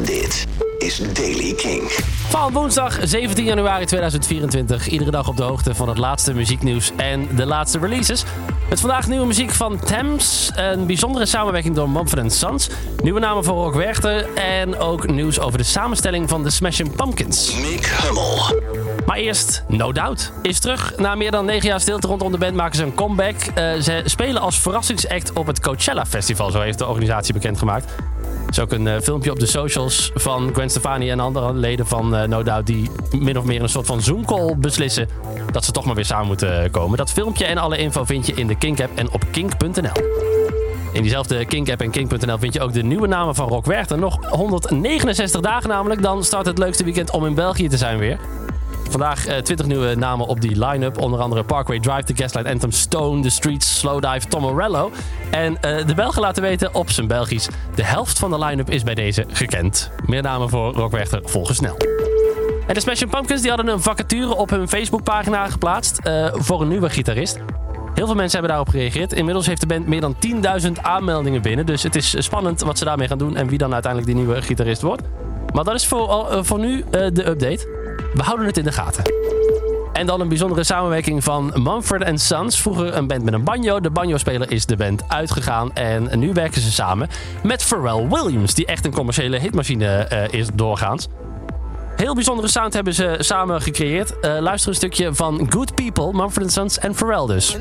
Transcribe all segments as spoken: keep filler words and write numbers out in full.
Dit is Daily King. Van woensdag zeventien januari tweeduizend vierentwintig. Iedere dag op de hoogte van het laatste muzieknieuws en de laatste releases. Met vandaag nieuwe muziek van Thames. Een bijzondere samenwerking door Mumford and Sons. Nieuwe namen voor Rock Werchter. En ook nieuws over de samenstelling van de Smashing Pumpkins. Mick Hummel. Maar eerst No Doubt is terug. Na meer dan negen jaar stilte rondom de band maken ze een comeback. Uh, ze spelen als verrassingsact op het Coachella Festival. Zo heeft de organisatie bekendgemaakt. Er is ook een uh, filmpje op de socials van Gwen Stefani en andere leden van uh, No Doubt die min of meer een soort van Zoom-call beslissen dat ze toch maar weer samen moeten komen. Dat filmpje en alle info vind je in de Kink-app en op kink punt n l. In diezelfde Kink-app en kink punt n l vind je ook de nieuwe namen van Rock Werchter. Nog honderdnegenenzestig dagen namelijk, dan start het leukste weekend om in België te zijn weer. Vandaag uh, twintig nieuwe namen op die line-up. Onder andere Parkway Drive, The Gaslight Anthem, Stone, The Streets, Slowdive, Tom Morello. En uh, de Belgen laten weten op zijn Belgisch. De helft van de line-up is bij deze gekend. Meer namen voor Rock Werchter volgen snel. En de Smashing Pumpkins die hadden een vacature op hun Facebookpagina geplaatst uh, voor een nieuwe gitarist. Heel veel mensen hebben daarop gereageerd. Inmiddels heeft de band meer dan tienduizend aanmeldingen binnen. Dus het is spannend wat ze daarmee gaan doen en wie dan uiteindelijk die nieuwe gitarist wordt. Maar dat is voor, uh, voor nu uh, de update. We houden het in de gaten. En dan een bijzondere samenwerking van Mumford and Sons. Vroeger een band met een banjo. De banjo-speler is de band uitgegaan. En nu werken ze samen met Pharrell Williams. Die echt een commerciële hitmachine uh, is doorgaans. Heel bijzondere sound hebben ze samen gecreëerd. Uh, luister een stukje van Good People, Mumford and Sons en Pharrell dus.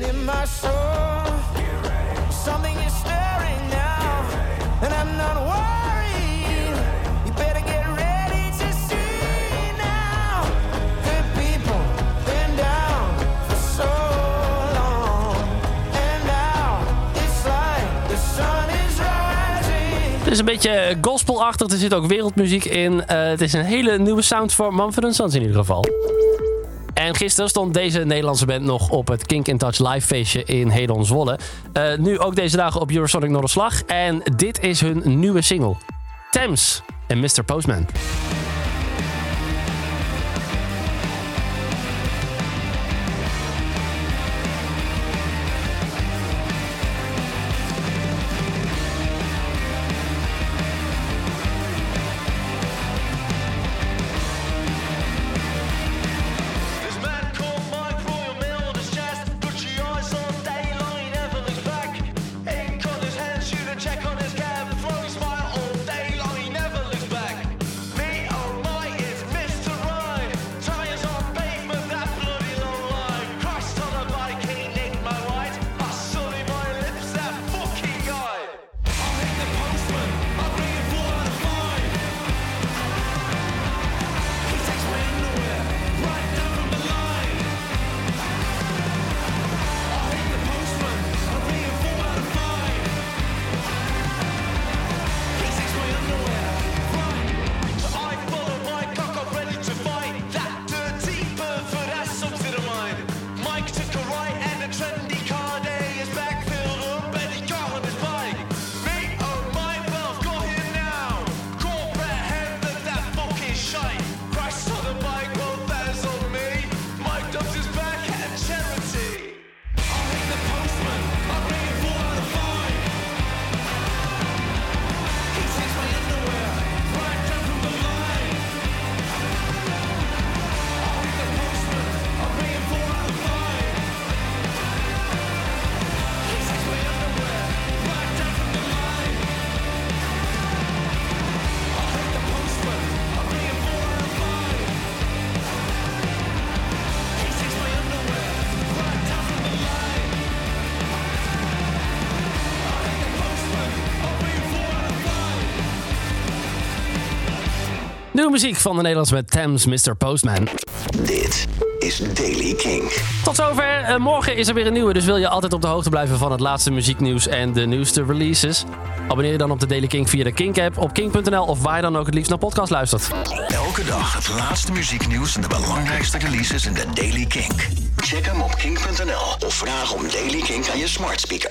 Het is een beetje gospelachtig, er zit ook wereldmuziek in. Uh, het is een hele nieuwe sound voor Mumford and Sons in ieder geval. En gisteren stond deze Nederlandse band nog op het Kink in Touch live feestje in Hedon Zwolle. Uh, nu ook deze dagen op Eurosonic Noorderslag. En dit is hun nieuwe single. Thames en mister Postman. Nieuwe muziek van de Nederlandse met Thames, mister Postman. Dit is Daily King. Tot zover. Uh, morgen is er weer een nieuwe, dus wil je altijd op de hoogte blijven van het laatste muzieknieuws en de nieuwste releases? Abonneer je dan op de Daily King via de Kink-app op kink punt n l of waar je dan ook het liefst naar podcast luistert. Elke dag het laatste muzieknieuws en de belangrijkste releases in de Daily King. Check hem op kink punt n l of vraag om Daily King aan je smart speaker.